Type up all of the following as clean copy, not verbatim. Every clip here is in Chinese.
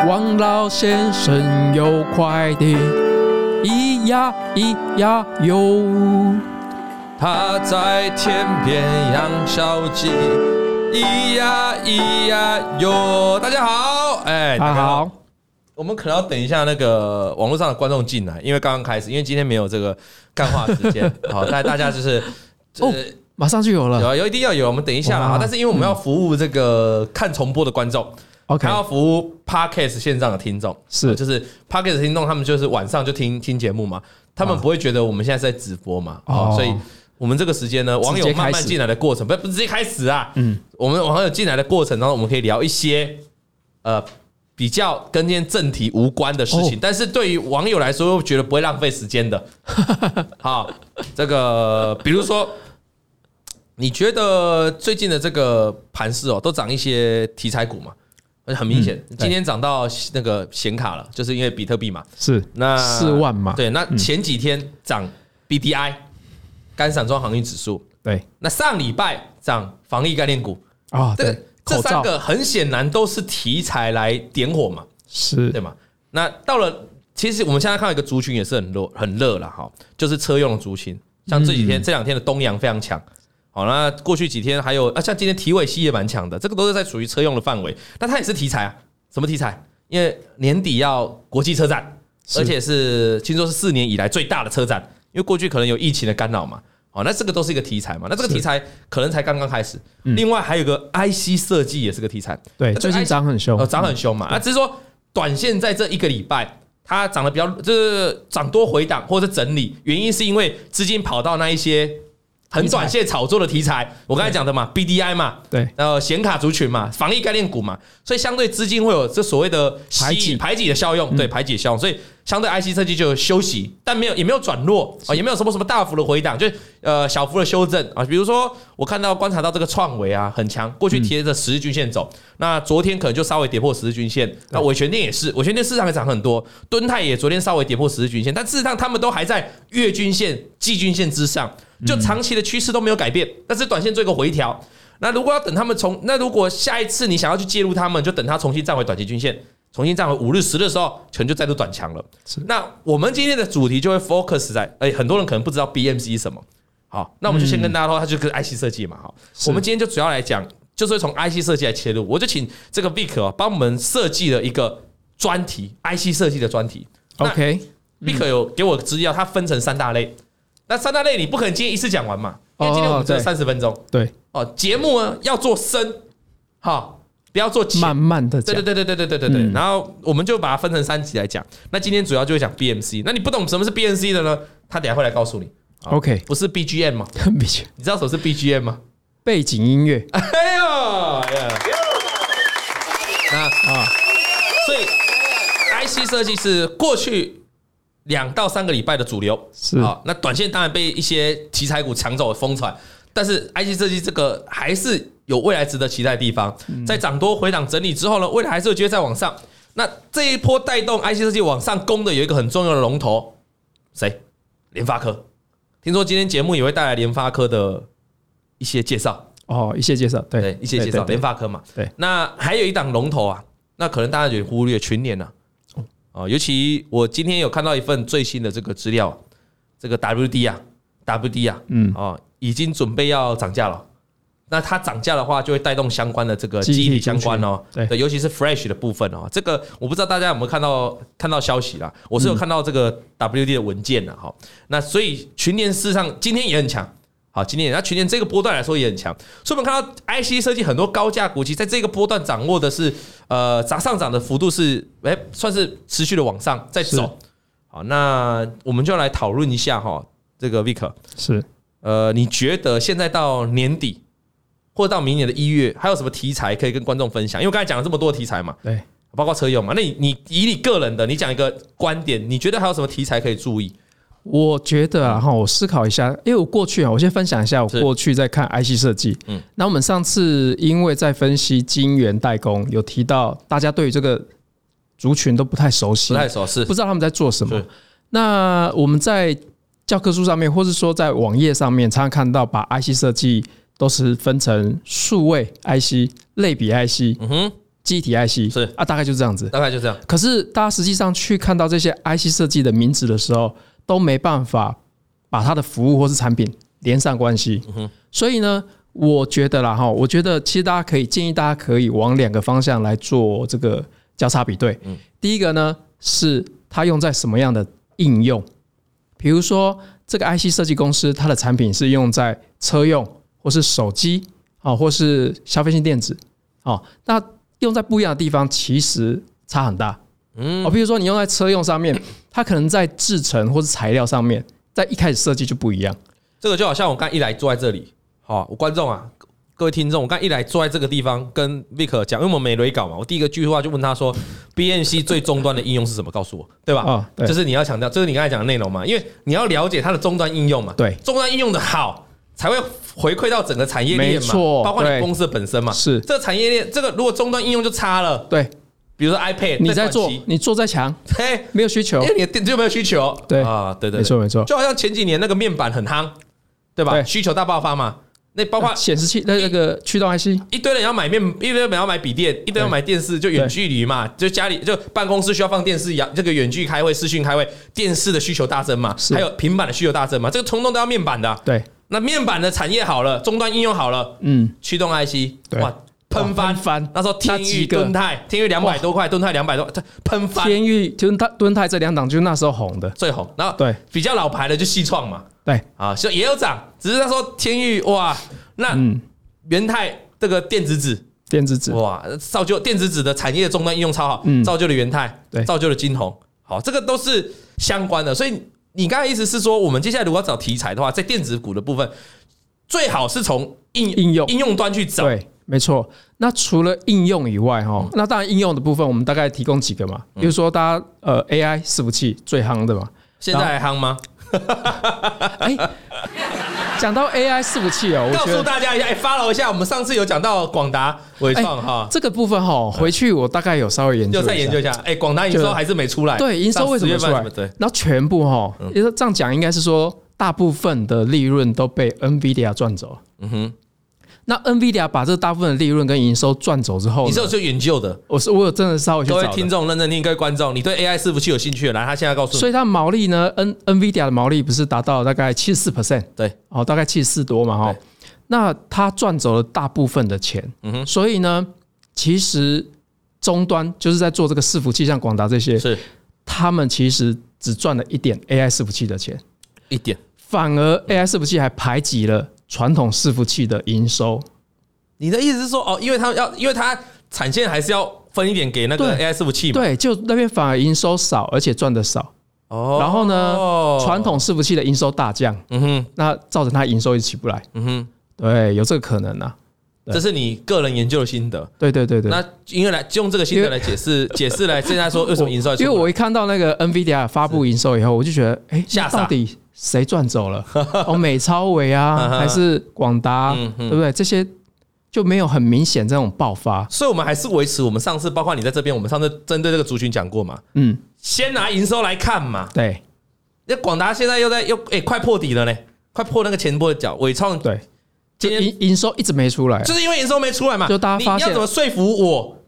王老先生有快递，咿呀咿呀哟。 他在田边养小鸡，咿呀咿呀哟。大家好，大家好。我们可能要等一下那个网络上的观众进来，因为刚刚开始，因为今天没有这个干话时间，好，但大家就是马上就有了， 有一定要有，我们等一下啦。但是因为我们要服务这个看重播的观众。 OK， 还要服务 Podcast 线上的听众， 是就是 Podcast 听众，他们就是晚上就听节目嘛，他们不会觉得我们现在是在直播嘛，所以我们这个时间呢，网友慢慢进来的过程，不直接开始啊，我们网友进来的过程当中，我们可以聊一些比较跟今天正题无关的事情，但是对于网友来说，又觉得不会浪费时间的。好，这个比如说。你觉得最近的这个盘势都涨一些题材股嘛？很明显，今天涨到那个显卡了，就是因为比特币嘛。 是，那4万嘛。 对，那前几天涨 BDI 干散装航运指数。 对， 那上礼拜涨防疫概念股啊。对， 这3个很显然都是题材来点火嘛。 是， 对嘛？那到了，其实我们现在看到一个族群也是很热了哈，就是车用的族群，像这2天的东阳非常强。好，那过去几天还有像今天体尾系也蛮强的，这个都是在属于车用的范围，但它也是题材啊。什么题材？因为年底要国际车展，而且是听说是4年以来最大的车展，因为过去可能有疫情的干扰嘛。好，那这个都是一个题材嘛。那这个题材可能才刚刚开始。另外还有个 IC 设计也是个题材， 对，最近涨很凶， 涨很凶嘛。那只是说短线在这1个礼拜，它涨得比较就是涨多回档或者整理，原因是因为资金跑到那一些。很短线炒作的题材，我刚才讲的嘛 ，BDI 嘛， 对， 显卡族群嘛，防疫概念股嘛，所以相对资金会有这所谓的排挤的效用，对，排挤的效用，所以相对 IC 设计就有休息，但也没有转弱啊，也没有什么大幅的回档，就小幅的修正啊，比如说我观察到这个创维啊很强，过去贴着10日均线走，那昨天可能就稍微跌破10日均线，那伟全电也是，伟全电市场也涨很多，敦泰也昨天稍微跌破10日均线，但事实上他们都还在月均线、季均线之上。就长期的趋势都没有改变，但是短线做一个回调。那如果要等他们那如果下一次你想要去介入他们，就等它重新站回短期均线，重新站回5日、10日的时候，可能就再度转强了。那我们今天的主题就会 focus 在，很多人可能不知道 BMC 是什么。好，那我们就先跟大家说，它就是 IC 设计嘛。好，我们今天就主要来讲，就是从 IC 设计来切入。我就请这个 Vic 帮我们设计了一个专题 ，IC 设计的专题。OK，Vic 有给我资料，它分成3大类。那3大类你不可能今天一次讲完嘛？因为今天我们只有30分钟。 对， 节目呢要做深，好，不要做浅， 慢慢的讲。 对。然后我们就把它分成3集来讲。那今天主要就会讲 BMC。那你不懂什么是 BMC 的呢？他等一下会来告诉你。 OK， 不是 BGM 吗？你知道什么是 BGM 吗？ 背景音乐。 哎呦，所以 IC 设计是过去2到3个礼拜的主流是啊，那短线当然被一些题材股抢走疯传，但是 IC 设计这个还是有未来值得期待的地方。在涨多回档整理之后呢，未来还是有机会再往上。那这一波带动 IC 设计往上攻的有一个很重要的龙头，谁？联发科。听说今天节目也会带来联发科的一些介绍一些介绍，对， 一些介绍，联发科嘛。 对， 那还有一档龙头啊，那可能大家有点忽略群联啊。尤其我今天有看到一份最新的这个资料，这个 WD 啊，已经准备要涨价了。那它涨价的话，就会带动相关的这个记忆体相关哦，对，尤其是 Flash 的部分哦。这个我不知道大家有没有看到消息啦，我是有看到这个 WD 的文件啦，哈。那所以群联事实上今天也很强。好，今天那群联这个波段来说也很强，所以我们看到 IC 设计很多高价股其实在这个波段掌握的是上涨的幅度是算是持续的往上在走。好，那我们就来讨论一下哈，这个 Vic 是你觉得现在到年底或者到明年的1月，还有什么题材可以跟观众分享？因为我刚才讲了这么多的题材嘛， 对， 包括车用嘛，那你以你个人的，你讲一个观点，你觉得还有什么题材可以注意？ 我觉得我思考一下，因为我过去我先分享一下我过去在看 IC 设计。那我们上次因为在分析晶圆代工，有提到大家对于这个族群都不太熟悉，不知道他们在做什么。那我们在教科书上面，或是说在网页上面，常常看到把 IC 设计都是分成数位 IC、类比 IC、 记忆体 IC 是大概就这样子， 大概就这样。 可是大家实际上去看到这些 IC 设计的名字的时候，都没办法把它的服务或是产品连上关系。所以呢，我觉得我觉得其实建议大家可以往2个方向来做这个交叉比对。第一个呢是它用在什么样的应用，比如说这个 IC 设计公司它的产品是用在车用或是手机或是消费性电子那用在不一样的地方其实差很大。比如说你用在车用上面，它可能在制程或是材料上面，在一开始设计就不一样。 这个就好像我刚一来坐在这里，我观众啊，各位听众，我刚一来坐在这个地方跟 Vic 讲，因为我们没雷稿嘛，我第一个句话就问他说 ，BNC 最终端的应用是什么？告诉我，对吧？对，就是你要强调，这是你刚才讲的内容嘛，因为你要了解它的终端应用嘛， 对， 终端应用的好，才会回馈到整个产业链嘛，包括你公司的本身嘛， 是这个产业链，这个如果终端应用就差了， 对。 比如说 iPad， 你在做，你做再强，没有需求， 因为你的电就没有需求。 对对， 没错没错。 就好像前几年那个面板很夯，对吧？需求大爆发嘛。那包括显示器那个驱动 IC， 一堆人要买一堆人要买笔电，一堆人要买电视，就远距离嘛，就家里就办公室需要放电视，这个远距开会、视讯开会，电视的需求大增嘛，还有平板的需求大增嘛，这个通通都要面板的。 对， 那面板的产业好了，终端应用好了，驱动 IC， 哇。喷翻，那时候天钰、敦泰，天钰200多块，敦泰200多，喷翻。 天钰、敦泰这2档就是那时候红的， 最红。然后对比较老牌的就矽创嘛， 对也有涨，只是那时候天钰哇，那元泰这个电子纸哇，造就电子纸的产业终端应用超好，造就了元泰，造就了金鸿，好，这个都是相关的。所以你刚才意思是说，我们接下来如果要找题材的话，在电子股的部分，最好是从应用端去找。 对。没错，那除了应用以外，那当然应用的部分我们大概提供几个嘛，比如说大家AI 伺服器最夯的嘛， 现在还夯吗？ 讲到 AI 伺服器我告诉大家一下，follow 一下，我们上次有讲到广达、伟创这个部分回去我大概有稍微研究一下， 再研究一下。广达营收还是没出来， 对，营收为什么没出来？对，然后全部这样讲应该是说，大部分的利润都被 NVIDIA 赚走。那 NVIDIA 把这大部分的利润跟营收赚走之后， 你是有去研究的？ 我有真的稍微去找的。 各位听众认真听，各位观众，你对 AI 伺服器有兴趣的，来，他现在告诉你。 所以它毛利呢 ，NVIDIA 的毛利不是达到大概 74%， 对， 大概74多嘛，那它赚走了大部分的钱，所以呢，其实终端就是在做这个伺服器，像广达这些，是他们其实只赚了一点 AI 伺服器的钱， 一点， 反而 AI 伺服器还排挤了传统伺服器的营收。 你的意思是说，因为它产线还是要分一点给那个 AI 伺服器嘛？ 对，就那边反而营收少，而且赚的少。然后呢，传统伺服器的营收大降，那造成它营收一直起不来。对，有这个可能啊。 这是你个人研究的心得。 对。 那因为用这个心得来解释来，现在说为什么营收？ 因为我一看到那个 NVIDIA 发布营收以后，我就觉得，到底谁赚走了？美超微还是广达，对不对？这些就没有很明显这种爆发。 所以我们还是维持我们上次，包括你在这边，我们上次针对这个族群讲过嘛。先拿营收来看嘛。 对。 那广达现在又快破底了呢，快破那个前波的角。伟创对。今天营收一直没出来， 就是因为营收没出来嘛。 就大家发现你要怎么说服我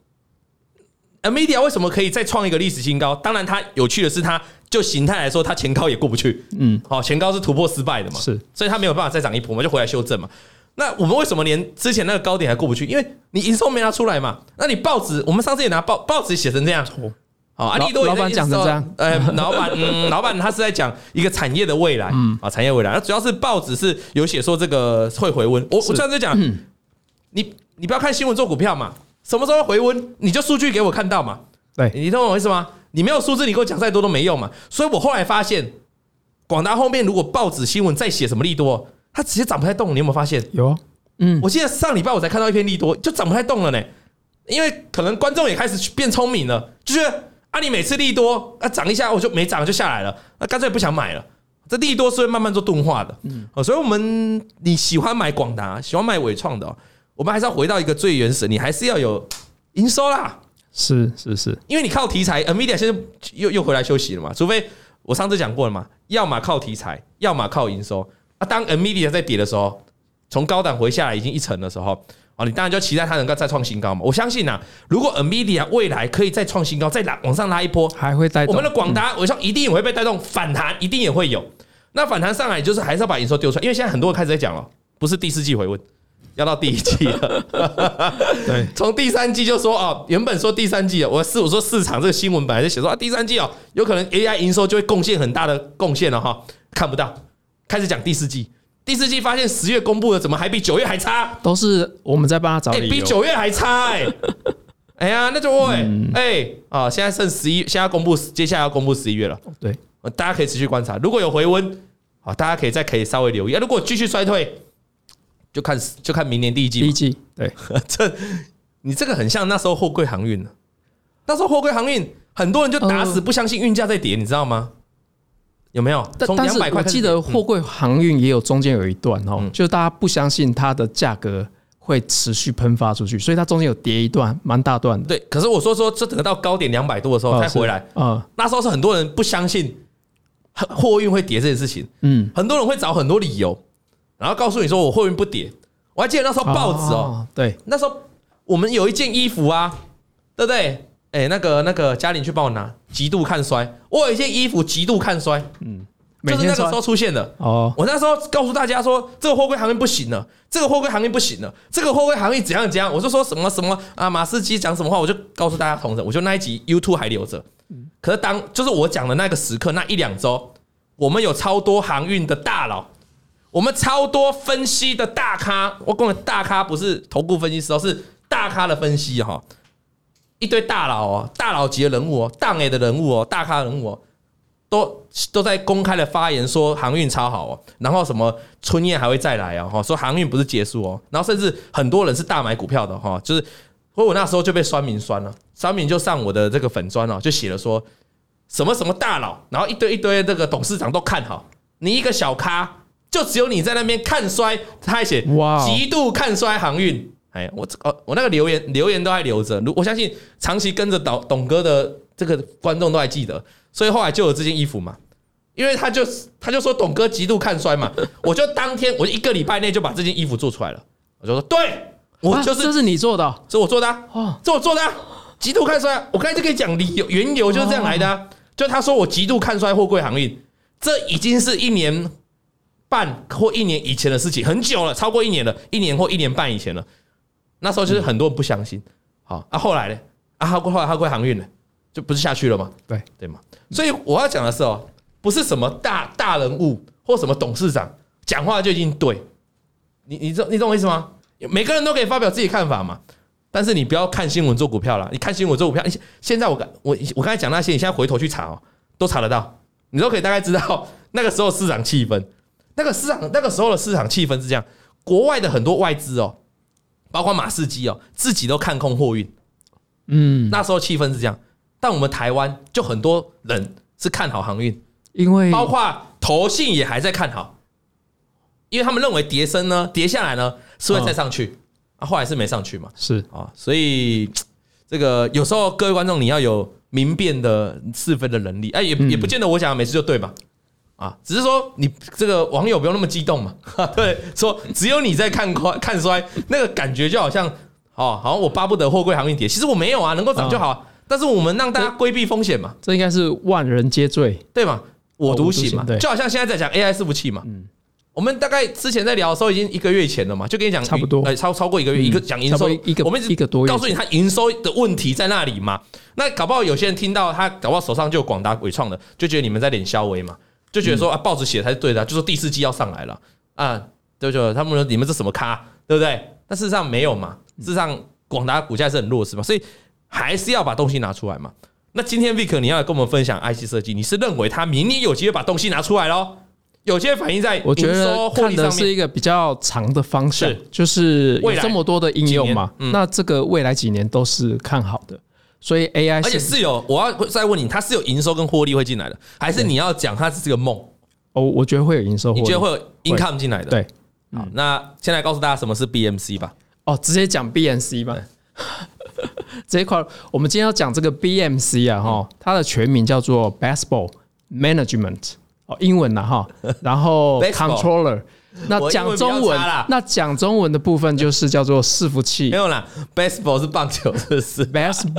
？NVIDIA 为什么可以再创一个历史新高？当然，它有趣的是，它就形态来说，它前高也过不去。前高是突破失败的嘛， 是， 所以它没有办法再涨一波嘛，就回来修正嘛。那我们为什么连之前那个高点还过不去？因为你营收没拿出来嘛。那你报纸，我们上次也拿报纸写成这样。 老板讲成这样， 老板他是在讲一个产业的未来，产业未来。那主要是报纸是有写说这个会回温。我上次讲，你不要看新闻做股票嘛，什么时候回温，你就数据给我看到嘛。 对， 你懂我意思吗？你没有数字，你给我讲再多都没用嘛。所以我后来发现，广达后面如果报纸新闻再写什么利多，它直接涨不太动。你有没有发现？ 有， 我记得上礼拜我才看到一篇利多，就涨不太动了呢。因为可能观众也开始变聪明了，就觉得。你每次利多涨一下，我就没涨就下来了，那干脆不想买了。这利多是会慢慢做钝化的，所以你喜欢买广达，喜欢买伟创的，我们还是要回到一个最原始，你还是要有营收啦。 是， 因为你靠题材 ，NVIDIA 现在又回来休息了嘛，除非我上次讲过了嘛，要么靠题材，要么靠营收。当 NVIDIA 在跌的时候，从高档回下来已经1成的时候， 你当然就期待它能够再创新高嘛。我相信如果 NVIDIA 未来可以再创新高，再往上拉一波， 还会带动我们的广达，我想一定也会被带动反弹，一定也会有。那反弹上来就是还是要把营收丢出来，因为现在很多人开始在讲了，不是第4季回温，要到第1季了。对，从第3季就说原本说第3季我说市场这个新闻本来就写说第3季有可能 AI 营收就会贡献很大的贡献了哈，看不到，开始讲第4季。第4季发现10月公布的怎么还比9月还差？ 都是我们在帮他找理由， 比9月还差哎呀，那就现在剩11，现在公布，接下来要公布11月了。 对， 大家可以持续观察，如果有回温，大家可以稍微留意。如果继续衰退，就看明年第1季。 第1季，对， 你这个很像那时候货柜航运，那时候货柜航运很多人就打死不相信运价在跌，你知道吗？有没有？从200块， 我记得货柜航运也有中间有一段就是大家不相信它的价格会持续喷发出去，所以它中间有跌一段，蛮大段的。 对，可是我说这等到高点200多的时候才回来。那时候是很多人不相信货运会跌这件事情。很多人会找很多理由，然后告诉你说我货运不跌。我还记得那时候报纸对， 那时候我们有一件衣服对不对？那个嘉玲去帮我拿，极度看衰。我有一件衣服极度看衰，就是那个时候出现的。我那时候告诉大家说，这个货柜航运不行了，这个货柜航运不行了，这个货柜航运怎样怎样。我就说什么什么马士基讲什么话，我就告诉大家同仁，我就那一集 YouTube 还留着。可是就是我讲的那个时刻，那1-2周，我们有超多航运的大佬，我们超多分析的大咖。我讲的大咖不是投顾分析师是大咖的分析一堆大佬大佬级的人物大 A 的人物大咖的人物都在公开的发言说航运超好然后什么春燕还会再来说航运不是结束然后甚至很多人是大买股票的就是我那时候就被酸民酸了，酸民就上我的这个粉专就写了说什么什么大佬，然后一堆这个董事长都看好你一个小咖，就只有你在那边看衰，他还写极度看衰航运。我那个留言都还留着，我相信长期跟着董哥的这个观众都还记得，所以后来就有这件衣服嘛，因为他就说董哥极度看衰嘛，我就当天我1个礼拜内就把这件衣服做出来了，我就说对，我就是这是你做的， 这我做的这我做的极度看衰。我刚才就可以讲理由，缘由就是这样来的就他说我极度看衰货柜航运，这已经是1年半或1年以前的事情，很久了，超过1年了，1年或1年半以前了。那时候就是很多人不相信，后来呢？后来货柜航运呢，就不是下去了吗？对嘛？所以我要讲的是不是什么大人物或什么董事长讲话就一定对，你懂我意思吗？每个人都可以发表自己看法嘛，但是你不要看新闻做股票啦，你看新闻做股票，现在我刚才讲那些，你现在回头去查都查得到，你都可以大概知道那个时候市场气氛，那个时候的市场气氛是这样，国外的很多外资包括马士基自己都看空货运，那时候气氛是这样。但我们台湾就很多人是看好航运， 因为包括投信也还在看好，因为他们认为跌下来呢是会再上去，后来是没上去嘛， 是所以这个有时候各位观众你要有明辨的是非的能力，也不见得我讲的每次就对嘛。只是说你这个网友不用那么激动嘛，对，说只有你在看衰，那个感觉就好像我巴不得货柜航运跌，其实我没有能够涨就好，但是我们让大家规避风险嘛， 这应该是万人皆醉， 对嘛，我独醒嘛，就好像现在在讲 AI 伺服器嘛，我们大概之前在聊的时候已经1个月前了嘛，就跟你讲差不多， 超过1个月，一个讲营收，我们一个多月， 告诉你他营收的问题在那里嘛，那搞不好有些人听到他搞不好手上就有广达伟创的，就觉得你们在脸消微嘛。就觉得说报纸写的才是对的，就说第4季要上来了对不对？他们说你们这什么咖，对不对？但事实上没有嘛，事实上广达股价是很弱势嘛，所以还是要把东西拿出来嘛。那今天 Vic 你要来跟我们分享 IC 设计，你是认为他明年有机会把东西拿出来咯？有些反映在我觉得看的是一个比较长的方向，就是有这么多的应用嘛，那这个未来几年都是看好的。所以 AI 而且是有，我要再问你，它是有营收跟获利会进来的，还是你要讲它是这个梦？ 我觉得会有营收， 你觉得会有 income 进来的？ 对， 好，那先来告诉大家什么是 BMC 吧。 直接讲 BMC 吧。这一块我们今天要讲这个 BMC 它的全名叫做 Baseball Management 英文啦哈，然后 controller。那讲中文的部分就是叫做伺服器。 没有啦 ，baseball 是棒球，是不是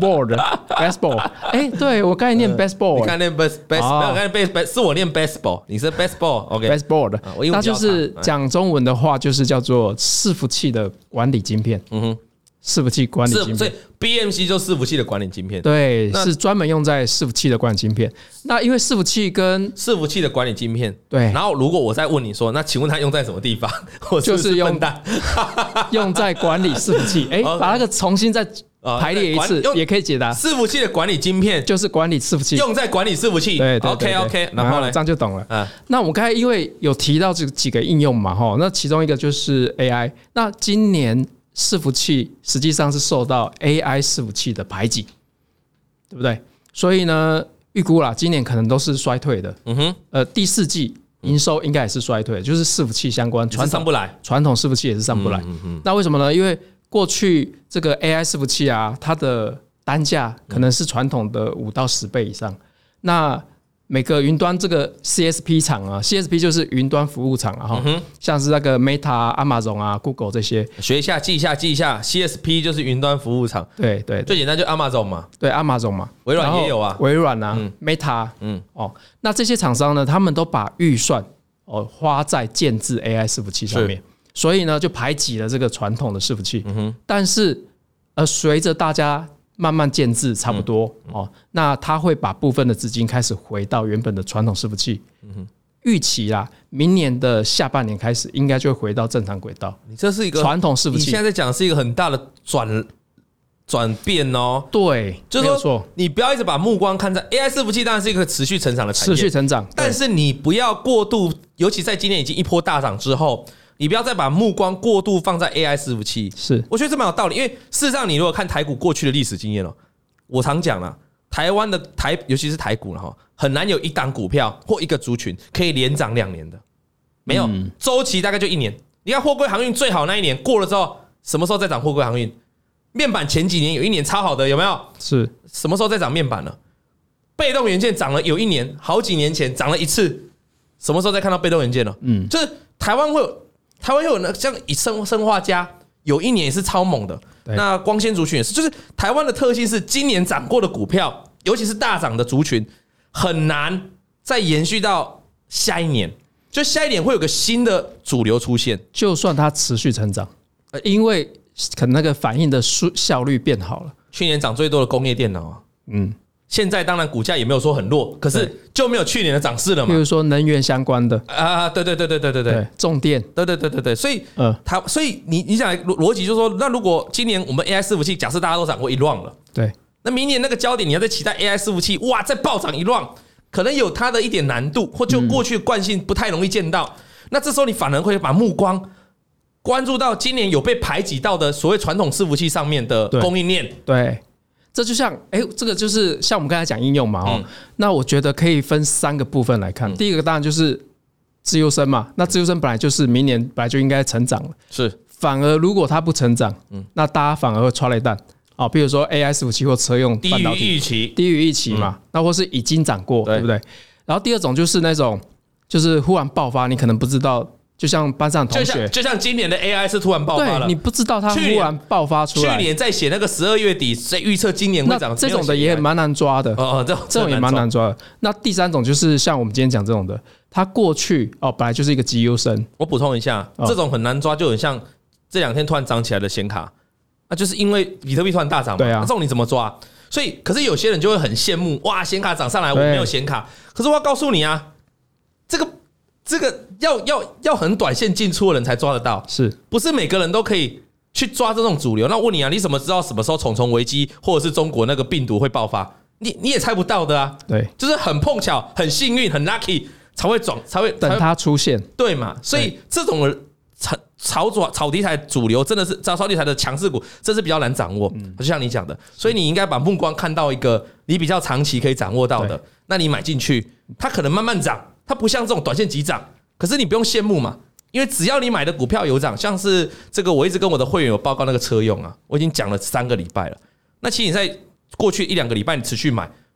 ？baseball，对我刚才念 baseball， 你刚才念 没有，刚才 base 是我念 baseball， 你是 baseball，OK，baseball 的。那就是讲中文的话，就是叫做伺服器的管理晶片。伺服器管理晶片， 所以 BMC 就伺服器的管理晶片， 对，是专门用在伺服器的管理晶片。那因为伺服器跟伺服器的管理晶片， 对。 然后如果我再问你说，那请问它用在什么地方？我就是用在管理伺服器。把那个重新再排列一次，也可以解答。 伺服器的管理晶片就是管理伺服器， 用在管理伺服器。 对 ，OK， 然后呢， 这样就懂了。那我们刚才因为有提到这几个应用嘛，那其中一个就是 AI。那今年伺服器实际上是受到 AI 伺服器的排挤，对不对？所以呢，预估啦，今年可能都是衰退的。第四季营收应该也是衰退的，就是伺服器相关上不来， 传统伺服器也是上不来。那为什么呢？因为过去这个 AI 伺服器啊，它的单价可能是传统的5到10倍以上。那每个云端这个 CSP 厂啊 ，CSP 就是云端服务厂啊，像是那个 Meta、Amazon、Google 这些， 学一下，记一下 ，CSP 就是云端服务厂， 对， 最简单就 Amazon 嘛， 对 Amazon 嘛， 微软也有啊， 微软啊，Meta，那这些厂商呢，他们都把预算花在建制 AI 伺服器上面，所以呢，就排挤了这个传统的伺服器，但是随着大家慢慢建制差不多那他会把部分的资金开始回到原本的传统伺服器。预期啦，明年的下半年开始应该就会回到正常轨道。 你这是一个传统伺服器， 你现在在讲的是一个很大的转变哦。 对， 就是说你不要一直把目光看在 AI 伺服器，当然是一个持续成长的产业， 持续成长， 但是你不要过度，尤其在今年已经一波大涨之后。你不要再把目光过度放在 AI 伺服器， 是我觉得这蛮有道理。因为事实上，你如果看台股过去的历史经验我常讲了，台湾的尤其是台股很难有一档股票或一个族群可以连涨2年的，没有周期大概就1年。你看货柜航运最好那一年过了之后，什么时候再涨货柜航运？面板前几年有1年超好的，有没有？ 是什么时候再涨面板了？被动元件涨了有1年，好几年前涨了1次，什么时候再看到被动元件了？就是台湾会有那像生化家有1年也是超猛的，那光纤族群也是，就是台湾的特性是今年涨过的股票，尤其是大涨的族群，很难再延续到下一年，就下一年会有个新的主流出现， 就算它持续成长，因为可能那个反应的效率变好了。 去年涨最多的工业电脑现在当然股价也没有说很弱，可是就没有去年的涨势了嘛。 比如说能源相关的对， 重电， 对，所以你讲逻辑就是说，那如果今年我们 AI 伺服器假设大家都涨过1 round 了， 对， 那明年那个焦点你要再期待 AI 伺服器哇再暴涨1 round，可能有它的一点难度，或就过去的惯性不太容易见到。那这时候你反而会把目光关注到今年有被排挤到的所谓传统伺服器上面的供应链， 对。这就像这个就是像我们刚才讲应用嘛那我觉得可以分3个部分来看。第一个当然就是资优生嘛，那资优生本来就是明年本来就应该成长了， 是反而如果它不成长，那大家反而会抓雷弹比如说 AI 伺服器或车用半导体低于预期嘛，那或是已经涨过，对不对？然后第二种就是那种就是忽然爆发，你可能不知道。就像班上同学， 就像今年的 AI 是突然爆发了， 你不知道它忽然爆发出来。 去年在写那个12月底在预测今年会涨， 这种的也蛮难抓的这种也蛮难抓的。那第3种就是像我们今天讲这种的，它过去本来就是一个绩优生。 我补充一下，这种很难抓，就很像这2天突然涨起来的显卡，那就是因为比特币突然大涨嘛， 对啊， 这种你怎么抓？所以，可是有些人就会很羡慕，哇，显卡涨上来，我没有显卡。可是我要告诉你啊，这个要很短线进出的人才抓得到，不是每个人都可以去抓这种主流？那我问你啊，你怎么知道什么时候重重危机或者是中国那个病毒会爆发？你也猜不到的啊。 对， 就是很碰巧、很幸运、很 lucky 才会等它出现， 对嘛？所以这种炒题材主流真的是炒题材的强势股，这是比较难掌握。就像你讲的，所以你应该把目光看到一个你比较长期可以掌握到的，那你买进去，它可能慢慢涨。它不像这种短线急涨，可是你不用羡慕嘛，因为只要你买的股票有涨，像是这个我一直跟我的会员有报告那个车用啊，我已经讲了3个礼拜了。那其实你在过去1-2个礼拜你持续买，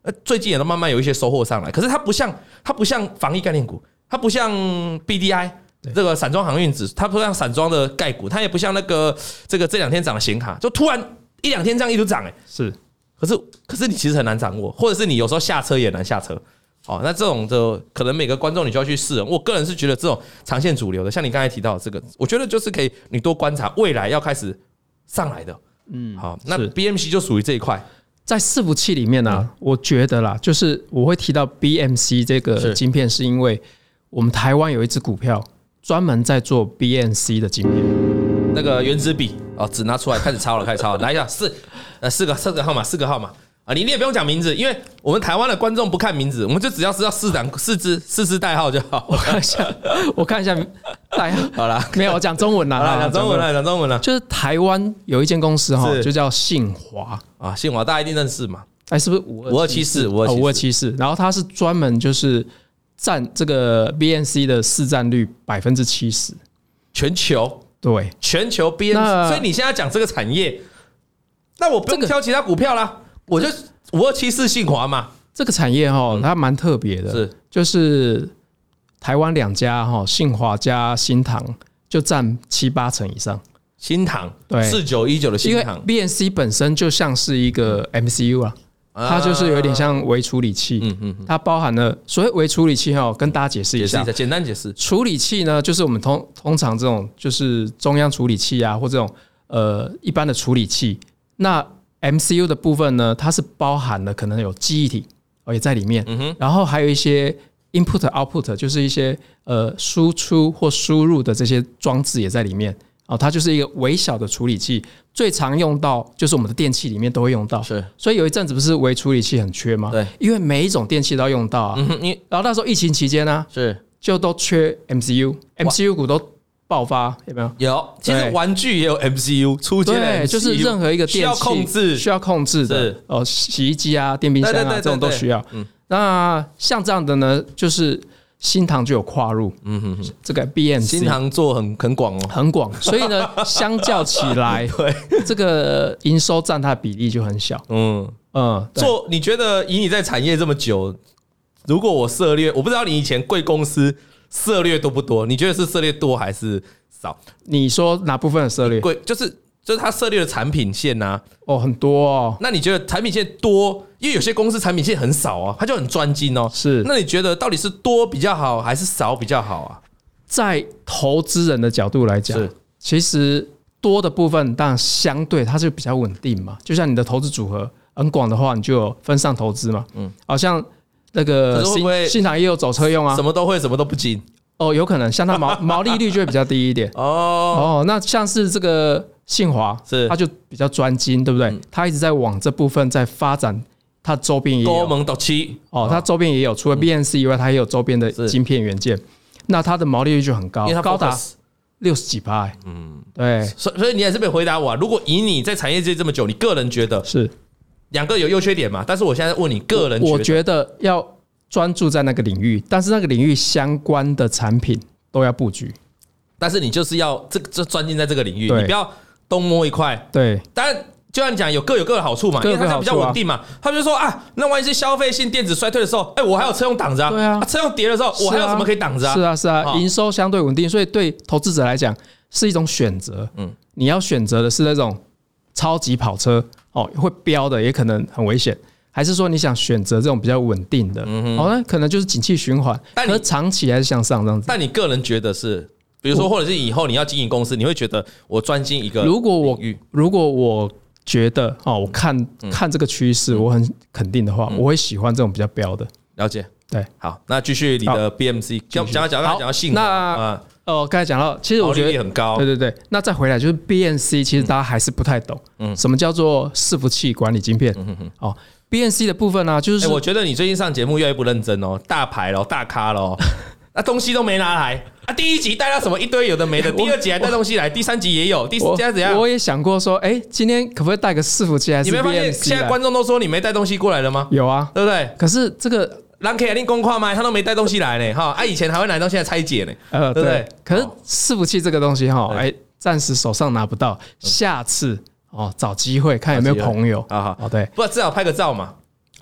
最近也都慢慢有一些收获上来。可是它不像防疫概念股，它不像 BDI 这个散装航运指数，它不像散装的概股，它也不像那个这2天涨的显卡，就突然1-2天这样一直涨是。 可是你其实很难掌握，或者是你有时候下车也难下车。那这种的可能每个观众你就要去试。我个人是觉得这种长线主流的，像你刚才提到的这个，我觉得就是可以你多观察未来要开始上来的。好，那 BMC 就属于这一块。 在伺服器里面呢，我觉得啦，就是我会提到 BMC 这个晶片，是因为我们台湾有一只股票专门在做 BMC 的晶片。 那个原子笔纸拿出来开始抄了，来一下四个号码你也不用讲名字，因为我们台湾的观众不看名字，我们就只要知道四支代号就好。 我看一下代号。 好啦， 没有，我讲中文啦， 讲中文啦。 就是台湾有一间公司就叫信华信华大家一定认识嘛？ 是不是5274？然后它是专门就是占这个 BNC 的市占率70%， 全球。 对， 全球 BNC， 所以你现在讲这个产业，那我不用挑其他股票啦，我就5274信华嘛。 这个产业它蛮特别的，就是台湾2家信华加新唐就占7-8成以上。 新唐对4919的新唐， 因为 BNC 本身就像是一个 MCU 它就是有点像微处理器，它包含了所谓微处理器跟大家解释一下， 简单解释。 处理器呢，就是我们通常这种就是中央处理器啊，或这种一般的处理器。那 MCU 的部分呢，它是包含了可能有记忆体也在里面，然后还有一些 input、output， 就是一些输出或输入的这些装置也在里面。它就是一个微小的处理器，最常用到就是我们的电器里面都会用到，所以有一阵子不是微处理器很缺吗？对，因为每一种电器都要用到然后那时候疫情期间呢，就都缺 MCU 股都爆发，有没有？有， 其实玩具也有 MCU 出现的 MCU， 对，就是任何一个电器需要控制的，洗衣机啊、电冰箱啊这种都需要。那像这样的呢，就是新唐就有跨入，这个 BMC 新唐做很广很广，所以呢，相较起来，对这个营收占它的比例就很小。 你觉得以你在产业这么久，如果我涉猎，我不知道你以前贵公司涉猎多不多？你觉得是涉猎多还是少？ 你说哪部分的涉猎？ 贵就是他涉猎的产品线啊， 很多那你觉得产品线多？因为有些公司产品线很少啊，他就很专精是， 那你觉得到底是多比较好，还是少比较好啊？ 在投资人的角度来讲，其实多的部分当然相对它就比较稳定嘛。就像你的投资组合很广的话，你就有分散投资嘛。好像那个新唐也有走车用啊， 什么都会，什么都不精。 有可能像它毛利率就会比较低一点。那像是这个信华，它就比较专精，对不对？它一直在往这部分在发展。它周边也有多蒙斗七它周边也有，除了 BNC 以外，它也有周边的晶片元件。那它的毛利率就很高，高达60几%。对， 所以你还是没回答我。如果以你在产业界这么久，你个人觉得是两个有优缺点嘛？但是我现在问你个人， 我觉得要专注在那个领域，但是那个领域相关的产品都要布局。 但是你就是要这专精在这个领域，你不要东摸一块。 对， 当然。就像你讲，有各有各的好处嘛，因为它比较稳定嘛。他就说那万一是消费性电子衰退的时候，我还有车用挡着啊。 对啊， 车用跌的时候，我还有什么可以挡着啊？ 是啊，营收相对稳定，所以对投资者来讲是一种选择。你要选择的是那种超级跑车会飙的，也可能很危险，还是说你想选择这种比较稳定的？那可能就是景气循环，可是长期还是向上这样子。 但你个人觉得是？比如说，或者是以后你要经营公司，你会觉得我专精一个领域？ 如果我觉得我看这个趋势，我很肯定的话，我会喜欢这种比较标的。 了解， 对， 好，那继续你的 BMC， 讲到信华， 刚才讲到，其实我觉得很高， 对，那再回来就是 BNC， 其实大家还是不太懂，什么叫做伺服器管理晶片？BNC 的部分呢，就是我觉得你最近上节目越来越不认真大牌了，大咖了。那东西都没拿来第一集带到什么一堆有的没的，第二集还带东西来，第三集也有，第四集怎样？ 我也想过说，今天可不可以带个伺服器还是 BMC？ 你没发现现在观众都说你没带东西过来了吗？ 有啊， 对不对？ 可是这个人可以定公话吗？他都没带东西来呢，以前还会拿东西来拆解呢，对不对？ 可是伺服器这个东西暂时手上拿不到，下次找机会看有没有朋友对，不至少拍个照嘛。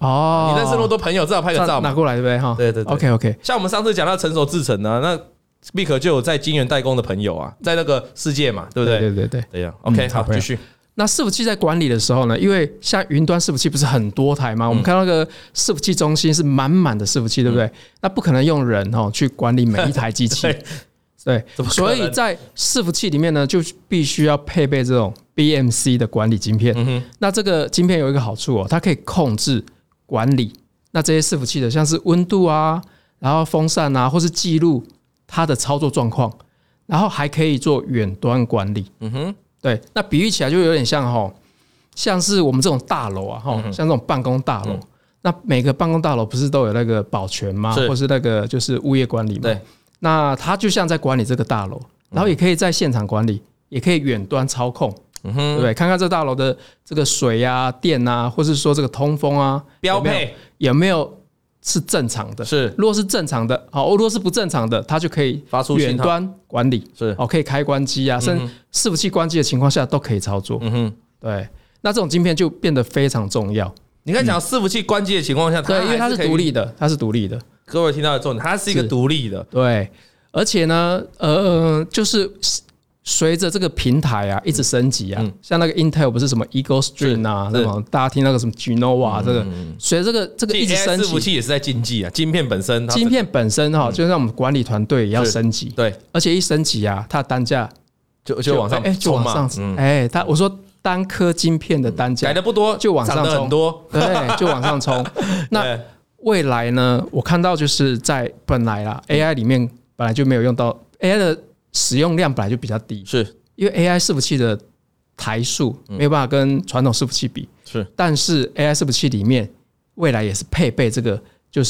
哦，你认识那么多朋友，至少拍个照嘛， 拿过来对不对？哈， 对 ，OK。 像我们上次讲到成熟制程啊，那 Vic 就有在晶圆代工的朋友啊，在那个世界嘛，对不对？对呀。OK， 好，继续。 那伺服器在管理的时候呢，因为像云端伺服器不是很多台吗？我们看到那个伺服器中心是满满的伺服器，对不对？那不可能用人去管理每一台机器，对，所以在伺服器里面呢，就必须要配备这种 BMC 的管理晶片。那这个晶片有一个好处它可以控制管理那这些伺服器的，像是温度啊，然后风扇啊，或是记录它的操作状况，然后还可以做远端管理。对，那比喻起来就有点像是我们这种大楼啊，像这种办公大楼，那每个办公大楼不是都有那个保全吗？或是那个就是物业管理嘛？对，那它就像在管理这个大楼，然后也可以在现场管理，也可以远端操控，对不对？看看这大楼的这个水啊、电啊，或是说这个通风啊， 标配有没有是正常的？是，如果是正常的，好，如果是不正常的，它就可以发出远端管理，是，可以开关机啊，甚至伺服器关机的情况下都可以操作。对，那这种晶片就变得非常重要。 你看，讲伺服器关机的情况下， 对，因为它是独立的，它是独立的。 各位听到的重点，它是一个独立的， 对，而且呢，就是随着这个平台啊一直升级啊，像那个 Intel 不是什么 Eagle Stream 啊，那种大家听那个什么 Genoa 这个，随着这个一直升级， 伺服器也是在竞技啊，晶片本身就让我们管理团队也要升级，对，而且一升级啊，它的单价就往上冲嘛， 我说单颗晶片的单价改的不多， 就往上冲很多， 对，就往上冲。那未来呢？我看到就是在本来啦 ，AI 里面本来就没有用到 AI 的使用量本来就比较低，是因为 AI 伺服器的台数没有办法跟传统伺服器比，是，但是 AI 伺服器里面未来也是配备这个就是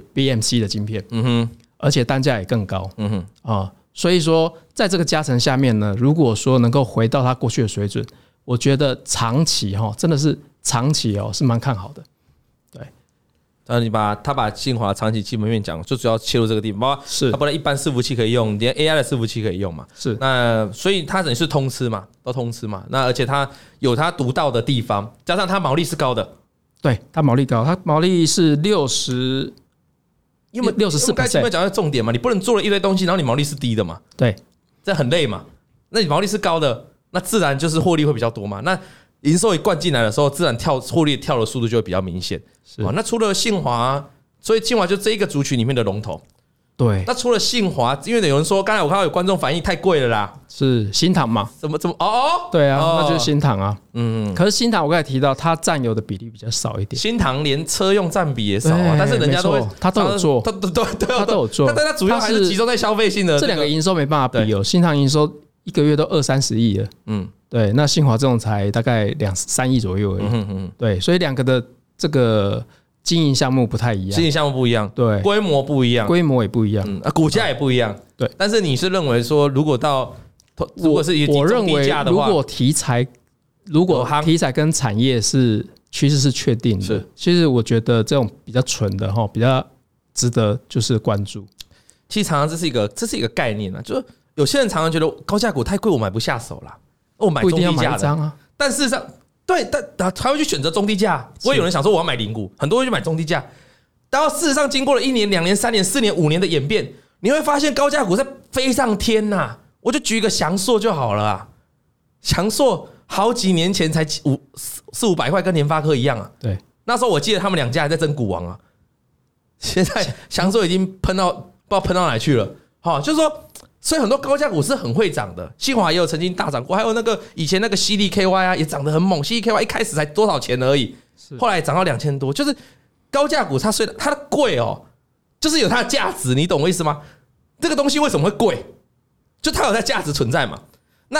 BMC 的晶片，而且单价也更高，所以说在这个加成下面呢，如果说能够回到它过去的水准，我觉得长期真的是长期是蛮看好的。 你他把信华长期基本面讲，就主要切入这个地方，包括它不能一般伺服器可以用，连 AI 的伺服器可以用嘛？是，那所以它等于是通吃嘛，都通吃嘛。那而且它有它独到的地方，加上它毛利是高的， 对，它毛利高，它毛利是64%， 因为刚才前面讲的重点嘛，你不能做了一堆东西，然后你毛利是低的嘛？对，这很累嘛。那你毛利是高的，那自然就是获利会比较多嘛。那营收一灌进来的时候，自然获利跳的速度就会比较明显。那除了信华，所以信华就这一个族群里面的龙头。对，那除了信华，因为有人说，刚才我看到有观众反映太贵了啦， 是新唐嘛？怎么？对啊，那就是新唐啊。可是新唐我刚才提到，它占有的比例比较少一点。 新唐连车用占比也少啊，但是人家他都有做， 他都有做， 但它主要还是集中在消费性的。 这两个营收没办法比新唐营收一个月都20-30亿了。对，那信华这种才大概2-3亿左右而已。对，所以两个的这个经营项目不太一样， 经营项目不一样，对，规模不一样， 规模也不一样， 股价也不一样。对，但是你是认为说，如果是我认为如果题材跟产业是趋势是确定的，其实我觉得这种比较纯的比较值得就是关注。 其实常常这是一个概念啊，就是有些人常常觉得高价股太贵，我买不下手啦。我买中低价的，但事实上，对，但他会去选择中低价。不会有人想说我要买零股，很多人去买中低价。但事实上，经过了1年、2年、3年、4年、5年的演变，你会发现高价股在飞上天呐。我就举一个翔硕就好了啊，翔硕好几年前才400-500块，跟联发科一样啊。对，那时候我记得他们2家还在争股王啊。现在翔硕已经喷到不知道喷到哪去了。好，就是说。所以很多高价股是很会涨的，信华也有曾经大涨过，还有那个以前那个 CDKY 啊，也涨得很猛。CDKY 一开始才多少钱而已，后来涨到2000多。就是高价股它虽然它的贵就是有它的价值，你懂我意思吗？这个东西为什么会贵？就它有它的价值存在嘛。那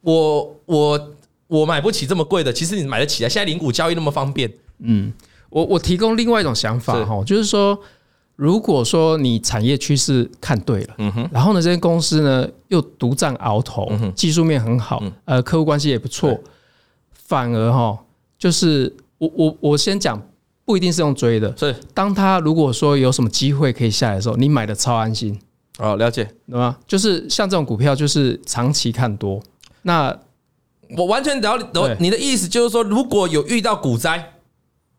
我买不起这么贵的，其实你买得起啊。现在零股交易那么方便， 我提供另外一种想法就是说。如果说你产业趋势看对了，然后呢，这间公司呢又独占鳌头，技术面很好，客户关系也不错，反而就是我先讲，不一定是用追的，是当他如果说有什么机会可以下来的时候，你买的超安心。 了解， 对吗？就是像这种股票，就是长期看多。那我完全了解你的意思，就是说，如果有遇到股灾，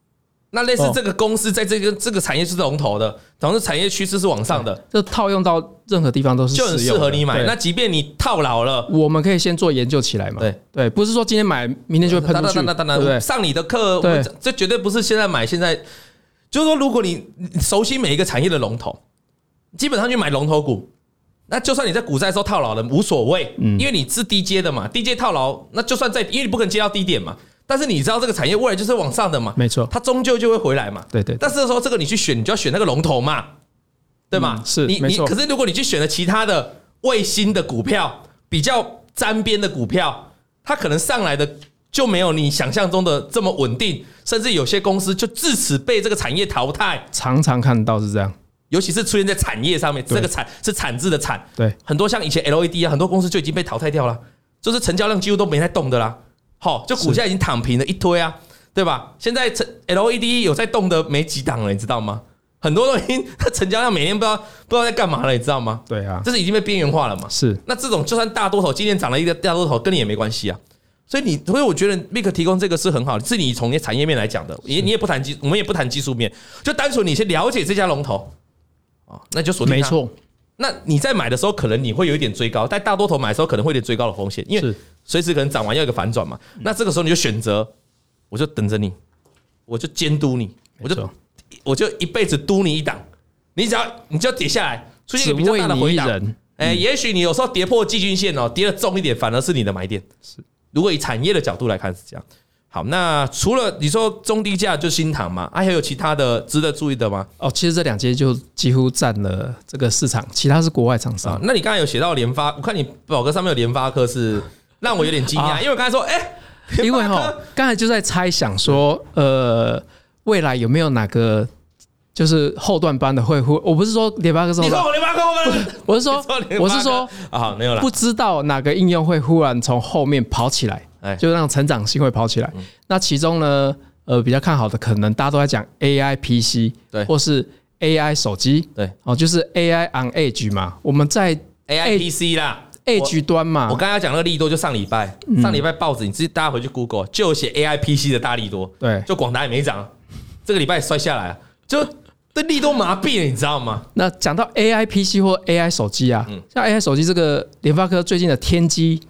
那类似这个公司在这个产业是龙头的，同时产业趋势是往上的， 这套用到任何地方都是就很适合你买。那即便你套牢了， 我们可以先做研究起来嘛。对，不是说今天买，明天就会喷出去。 当然，上你的课，这绝对不是现在买。现在就是说，如果你熟悉每一个产业的龙头，基本上去买龙头股，那就算你在股灾的时候套牢了无所谓，因为你是低阶的嘛，低阶套牢，那就算在，因为你不可能接到低点嘛。但是你知道这个产业未来就是往上的嘛， 没错， 它终究就会回来嘛。 对。 但是说这个你去选，你就要选那个龙头嘛，对吗？ 是， 没错。可是如果你去选了其他的卫星的股票，比较沾边的股票，它可能上来的就没有你想象中的这么稳定，甚至有些公司就自此被这个产业淘汰。 常常看到是这样， 尤其是出现在产业上面，这个产是产字的产， 对， 很多像以前 LED 啊，很多公司就已经被淘汰掉了，就是成交量几乎都没在动的啦。好，就股价已经躺平了一堆啊，对吧？现在 LED 有在动的没几档了，你知道吗？很多都已经成交量每天不知道在干嘛了，你知道吗？ 对啊， 这是已经被边缘化了嘛。 是， 那这种就算大多头今天涨了一个大多头，跟你也没关系啊。所以我觉得 Vic 提供这个是很好的，是你从产业面来讲的，你也不谈我们也不谈技术面，就单纯你先了解这家龙头那就锁定它。 没错。 那你在买的时候，可能你会有一点追高，但大多头买的时候可能会有点追高的风险，因为随时可能涨完要一个反转嘛。那这个时候你就选择，我就等着你，我就监督你，我就一辈子督你一档，你只要跌下来，出现一个比较大的回档，也许你有时候跌破季均线跌得重一点，反而是你的买点。是，如果以产业的角度来看是这样。好，那除了你说中低价就新唐嘛，还有其他的值得注意的吗？ 其实这两间就几乎占了这个市场，其他是国外厂商。 那你刚才有写到联发，我看你宝哥上面有联发科，是让我有点惊讶，因为我刚才说， 因为刚才就在猜想说，未来有没有哪个就是后段班的会，我不是说联发科是后段， 你说我联发科， 我是说没有啦， 不知道哪个应用会忽然从后面跑起来。就让成长性会跑起来。那其中呢，比较看好的可能大家都在讲 AI PC， 对，或是 AI 手机，对，就是 AI on Edge 嘛。我们在 AI PC 啦 ，Edge 端嘛。 我刚才讲那个利多就上礼拜报纸，你自己大家回去 Google 就有写 AI PC 的大利多，对，就广达也没涨，这个礼拜摔下来，就对利多麻痹了，你知道吗？ 那讲到 AI PC 或 AI 手机啊，像 AI 手机这个联发科最近的天玑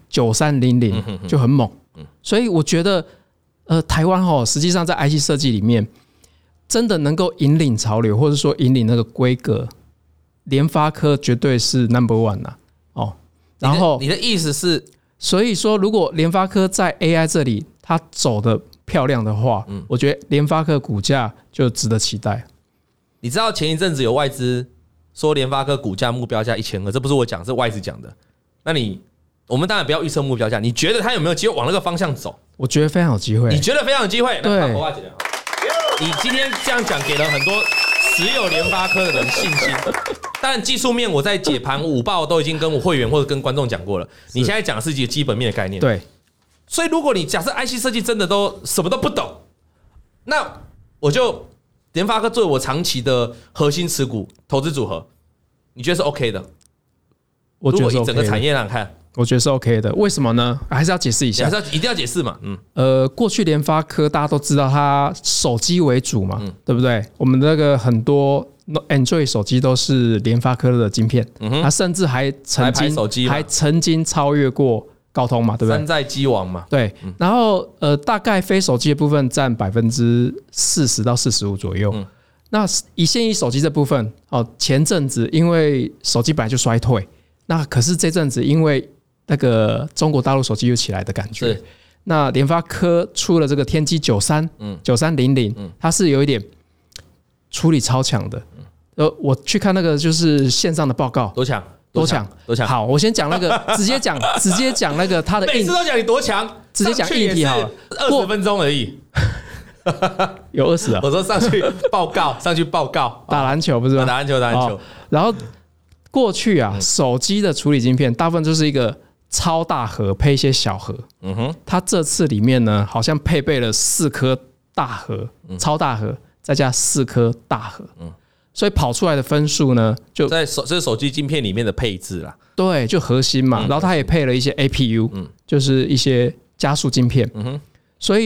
9300就很猛。所以我觉得，台湾实际上在 IC 设计里面，真的能够引领潮流，或者说引领那个规格，联发科绝对是 No.1 啦。然后你的意思是， 所以说如果联发科在 AI 这里它走得漂亮的话，我觉得联发科股价就值得期待。 你知道前一阵子有外资说联发科股价目标价1200，这不是我讲，是外资讲的。那我们当然不要预测目标价，你觉得它有没有机会往那个方向走？ 我觉得非常有机会。 你觉得非常有机会？ 对， 你今天这样讲，给了很多持有联发科的人信心。但技术面，我在解盘午报都已经跟我会员或者跟观众讲过了。你现在讲的是一个基本面的概念。 对， 所以如果你假设 IC 设计真的都什么都不懂，那我就联发科作为我长期的核心持股投资组合，你觉得是 OK 的？ 我觉得是 OK 的。 如果以整个产业来看， 我觉得是 OK 的。为什么呢？还是要解释一下， 一定要解释嘛。 过去联发科大家都知道它手机为主嘛，对不对？我们那个很多 Android 手机都是联发科的晶片，它甚至还曾经超越过高通嘛，对不对？ 山寨机王嘛。 对，然后大概非手机的部分占40%到45%左右。那以现役手机这部分，前阵子因为手机本来就衰退，那可是这阵子因为那个中国大陆手机又起来的感觉，那联发科出了这个天玑9300，它是有一点处理超强的。我去看那个就是线上的报告， 多强？ 好，我先讲那个，直接讲那个它的每次都讲你多强， 直接讲硬体好了 ，20分钟而已。 有20啊！ 我说上去报告， 打篮球不是吗？ 打篮球。 然后过去啊，手机的处理晶片大部分就是一个超大核配一些小核。它这次里面呢，好像配备了4颗大核，超大核，再加4颗大核。所以跑出来的分数呢，就在这是手机晶片里面的配置啦。 对，就核心嘛。然后它也配了一些 APU，就是一些加速晶片。所以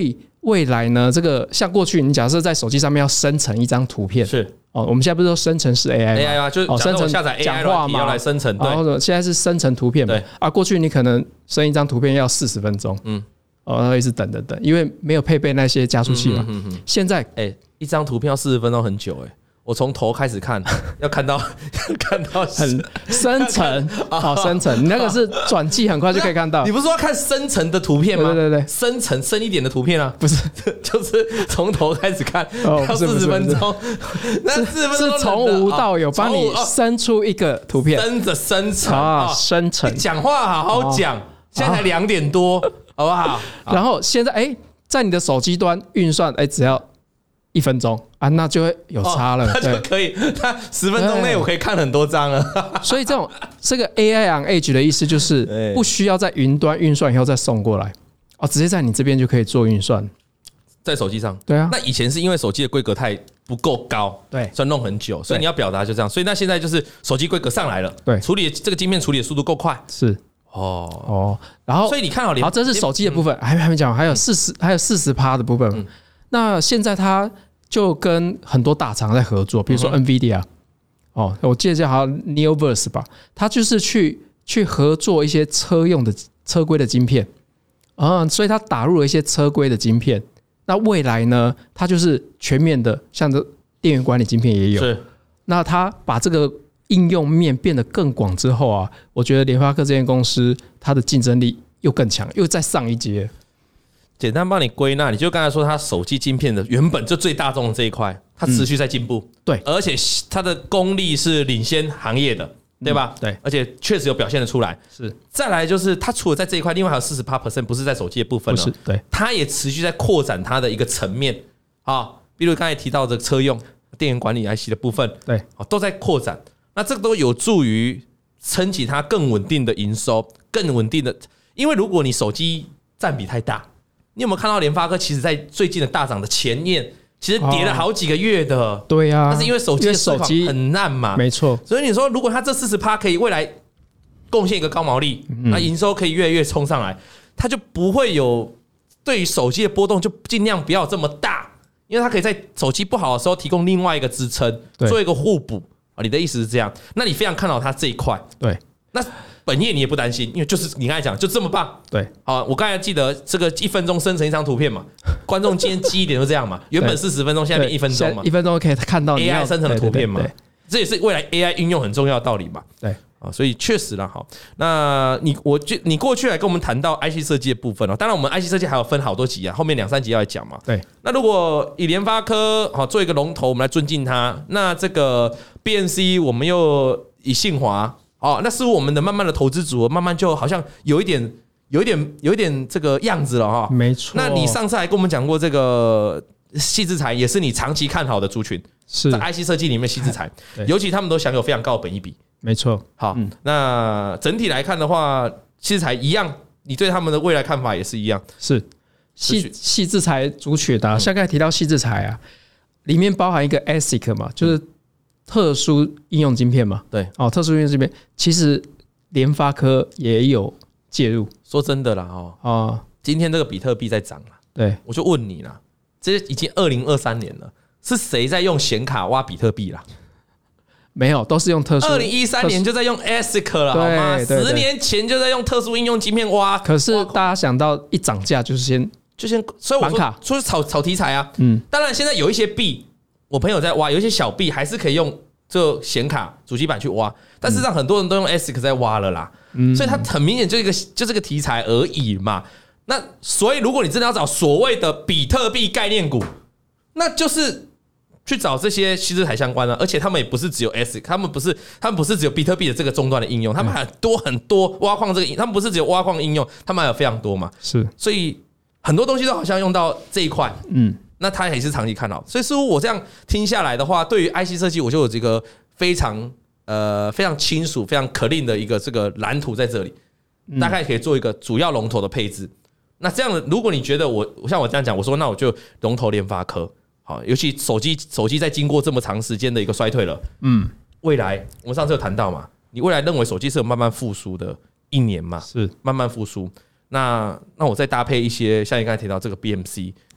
未来呢，这个像过去你假设在手机上面要生成一张图片， 是我们现在不是说生成式 AI 吗？就是生成下载 AI 讲话嘛， 要来生成，对， 然后现在是生成图片嘛，过去你可能生一张图片要40分钟，一直等，因为没有配备那些加速器嘛。现在一张图片要40分钟，很久我从头开始看，要看到很生成，好生成，你那个是转寄很快就可以看到。 你不是说要看生成的图片吗？ 对， 深一点的图片啊， 不是， 就是从头开始看，要40分钟。那40分钟是从无到有，帮你生出一个图片， 真的生成生成。 讲话好好讲，现在才2点多，好不好？ 然后现在在你的手机端运算，只要1分钟啊，那就会有差了， 那就可以。那10分钟内我可以看很多张了。 所以这个 AI on Edge 的意思就是不需要在云端运算以后再送过来，直接在你这边就可以做运算， 在手机上。 对啊， 那以前是因为手机的规格太不够高， 对， 所以弄很久，所以你要表达就这样。所以那现在就是手机规格上来了， 对， 处理这个晶片处理的速度够快， 是。然后所以你看好，这是手机的部分，还没讲，还有40%的部分。那现在它就跟很多大厂在合作，比如说 NVIDIA，我记得叫好像 Neoverse 吧，它就是去合作一些车规的晶片所以它打入了一些车规的晶片。那未来呢，它就是全面的，像这电源管理晶片也有。 是， 那它把这个应用面变得更广之后我觉得联发科这间公司它的竞争力又更强，又再上一阶。 简单帮你归纳，你就刚才说它手机晶片的原本就最大众的这一块，它持续在进步， 对， 而且它的功力是领先行业的，对吧？ 对， 而且确实有表现得出来。 是，再来就是它除了在这一块，另外还有40%不是在手机的部分了， 对， 它也持续在扩展它的一个层面比如刚才提到的车用电源管理 IC 的部分， 对， 都在扩展。那这个都有助于撑起它更稳定的营收，更稳定的。因为如果你手机占比太大，你有没有看到联发科其实在最近的大涨的前面，其实跌了好几个月的。 对啊， 但是因为手机的市场很烂嘛， 没错。 所以你说如果它这40%可以未来贡献一个高毛利，那营收可以越来越冲上来，它就不会有对于手机的波动就尽量不要这么大，因为它可以在手机不好的时候提供另外一个支撑，做一个互补。你的意思是这样？那你非常看好它这一块， 对？ 那本业你也不担心，因为就是你刚才讲就这么棒， 对。 我刚才记得这个1分钟生成一张图片嘛，观众今天记忆点就这样嘛，原本40分钟，现在变1分钟嘛，1 分钟可以看到 AI 生成的图片嘛，这也是未来 AI 运用很重要的道理嘛， 对。 所以确实啦，好，那你过去来跟我们谈到 IC 设计的部分当然我们 IC 设计还有分好多集后面2-3集要来讲嘛。 对， 那如果以联发科做一个龙头，我们来尊敬它，那这个 BNC 我们又以信华那似乎我们的慢慢的投资组慢慢就好像有一点这个样子了没错。 那你上次还跟我们讲过这个矽智财也是你长期看好的族群， 是在 IC 设计里面矽智财，尤其他们都享有非常高的本益比。 没错， 好，那整体来看的话，矽智财一样，你对他们的未来看法也是一样。 是矽智财族群的，像刚才提到矽智财里面包含一个 ASIC 嘛，就是特殊应用晶片嘛。 对， 特殊应用晶片，其实联发科也有介入。 说真的啦，今天这个比特币在涨了， 对， 我就问你啦，这已经2023年了，是谁在用显卡挖比特币啦？ 没有，都是用特殊。 2013年就在用 ASIC 了，好吗？10年前就在用特殊应用晶片挖。 可是大家想到一涨价，就先， 所以我说炒题材啊。当然现在有一些币，我朋友在挖，有一些小币还是可以用这显卡主机板去挖，但事实上很多人都用 ASIC 在挖了啦。所以它很明显就这个题材而已嘛。那所以如果你真的要找所谓的比特币概念股，那就是去找这些矽智财相关的，而且他们也不是只有 ASIC， 他们不是只有比特币的这个终端的应用，他们还很多挖矿他们不是只有挖矿应用，他们还有非常多嘛。 是， 所以很多东西都好像用到这一块，那他也是长期看好。所以似乎我这样听下来的话，对于 IC 设计，我就有这个非常清楚、非常 clean 的一个这个蓝图在这里，大概可以做一个主要龙头的配置。那这样的，如果你觉得像我这样讲，我说那我就龙头联发科。好，尤其手机在经过这么长时间的一个衰退了，未来我们上次有谈到嘛，你未来认为手机是有慢慢复苏的1年嘛， 是慢慢复苏。那我再搭配一些像你刚才提到这个 BMC，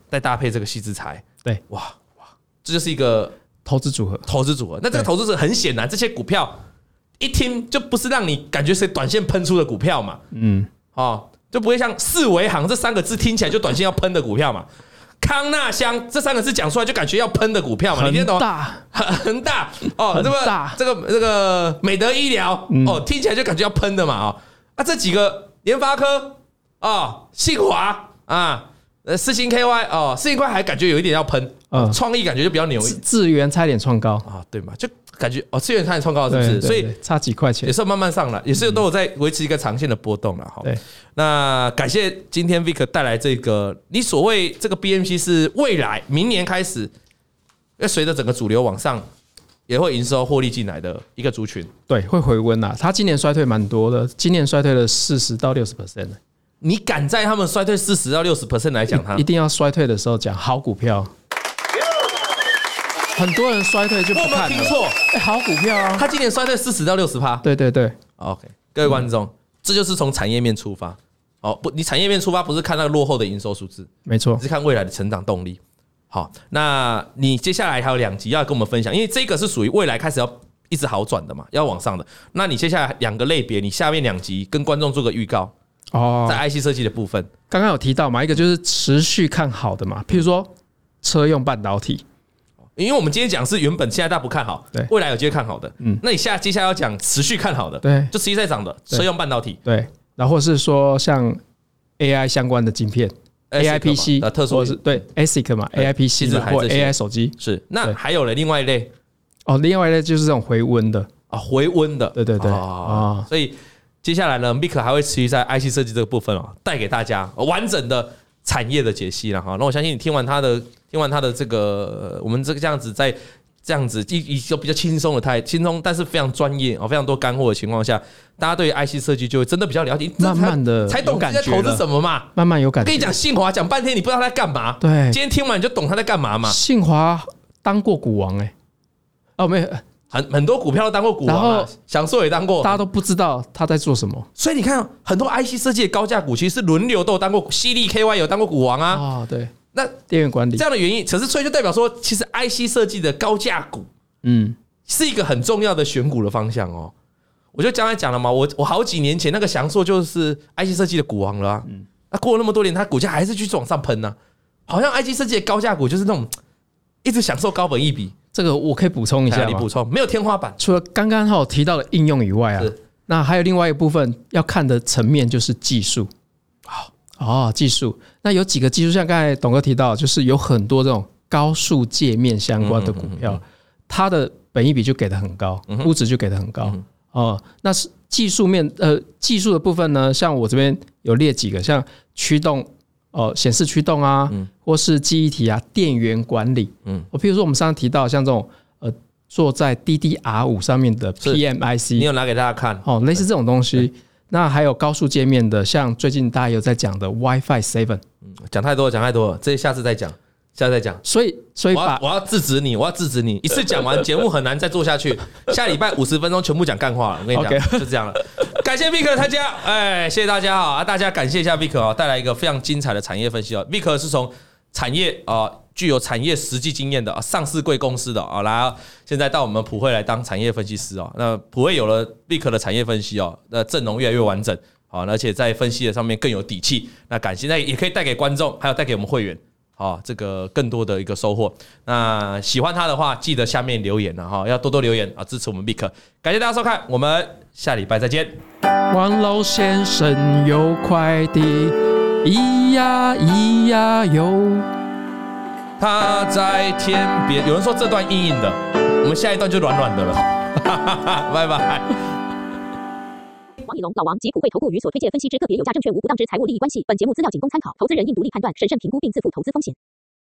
再搭配这个矽智财， 对， 哇，这就是一个投资组合。 那这个投资组合很显然，这些股票一听就不是让你感觉是短线喷出的股票嘛，就不会像四维行这3个字听起来就短线要喷的股票嘛。康纳香这3个字讲出来就感觉要喷的股票嘛，你听懂？很大哦，这个美德医疗哦，听起来就感觉要喷的嘛这几个联发科信华世芯 KY 世芯 KY 还感觉有一点要喷，创意感觉就比较牛， 智原差一点创高对嘛？就感觉智原差点创高是不是？所以差几块钱也是慢慢上来，也是都有在维持一个长线的波动了对，那感谢今天 Vic 带来这个，你所谓这个 BMC 是未来明年开始，因为随着整个主流往上，也会营收获利进来的一个族群， 对，会回温啦。它今年衰退蛮多的，今年衰退了40%到60%。 你敢在他们衰退40%到60% 来讲它？ 一定要衰退的时候讲好股票。很多人衰退就不看了。 我没有听错， 好股票啊！ 他今年衰退40%到60%。 对。 OK， 各位观众，这就是从产业面出发。不，你产业面出发不是看那个落后的营收数字， 没错， 是看未来的成长动力。好，那你接下来还有2集要跟我们分享，因为这个是属于未来开始要一直好转的嘛，要往上的。那你接下来2个类别，你下面2集跟观众做个预告。在 IC 设计的部分， 刚刚有提到嘛，一个就是持续看好的嘛，譬如说车用半导体， 因为我们今天讲是原本现在大家不看好，对，未来有机会看好的，那你接下来要讲持续看好的， 对， 就持续在涨的车用半导体， 对，然后或是说像 AI 相关的晶片 ，AI PC 的特殊是对 ASIC 嘛 ，AI PC 或 AI 手机是，那还有了另外一类， 另外一类就是这种回温的回温的， 对所以。接下来呢 ，Vic 还会持续在 IC 设计这个部分带给大家完整的产业的解析了那我相信你听完他的这个，我们这样子在这样子一个比较轻松的轻松但是非常专业非常多干货的情况下，大家对 IC 设计就会真的比较了解， 慢慢的才懂在投资什么嘛， 慢慢有感觉。 跟你讲信华讲半天，你不知道他在干嘛， 对， 今天听完你就懂他在干嘛嘛。 信华当过股王没有。 很多股票都当过股王享受也当过， 大家都不知道他在做什么。 所以你看，很多 IC 设计的高价股其实是轮流都有当过，犀利 KY 有当过股王对。 那电源管理这样的原因，可是所以就代表说，其实 IC 设计的高价股，是一个很重要的选股的方向我就刚才讲了嘛，我好几年前那个祥硕就是 IC 设计的股王了那过了那么多年，它股价还是继续往上喷呢。好像 IC 设计的高价股就是那种一直享受高本益比。 这个我可以补充一下吗？ 你补充，没有天花板。 除了刚刚有提到的应用以外那还有另外一部分要看的层面就是技术。技术，那有几个技术，像刚才董哥提到，就是有很多这种高速界面相关的股票，它的本益比就给的很高，估值就给的很高。那是技术面，技术的部分呢，像我这边有列几个，像驱动。显示驱动或是记忆体电源管理，譬如说我们上次提到像这种坐在 DDR5 上面的 PMIC， 你有拿给大家看类似这种东西。那还有高速界面的，像最近大家有在讲的 WiFi 7， 讲太多了，这下次再讲。所以我要制止你，一次讲完节目很难再做下去。下礼拜50分钟全部讲干话了，我跟你讲，就这样了。感谢 Vic 参加，谢谢大家大家感谢一下 Vic 带来一个非常精彩的产业分析Vic 是从产业具有产业实际经验的上市贵公司的来现在到我们普惠来当产业分析师那普惠有了 Vic 的产业分析那阵容越来越完整而且在分析的上面更有底气。那感谢，那也可以带给观众，还有带给我们会员。这个更多的一个收获。那喜欢他的话，记得下面留言要多多留言支持我们 Vic。感谢大家收看，我们下礼拜再见。 王老先生有快递，咿呀咿呀哟， 他在天边。有人说这段硬硬的，我们下一段就软软的了。拜拜。王以龙、老王及普惠投顾与所推荐分析之个别有价证券无不当之财务利益关系。本节目资料仅供参考，投资人应独立判断、审慎评估并自负投资风险。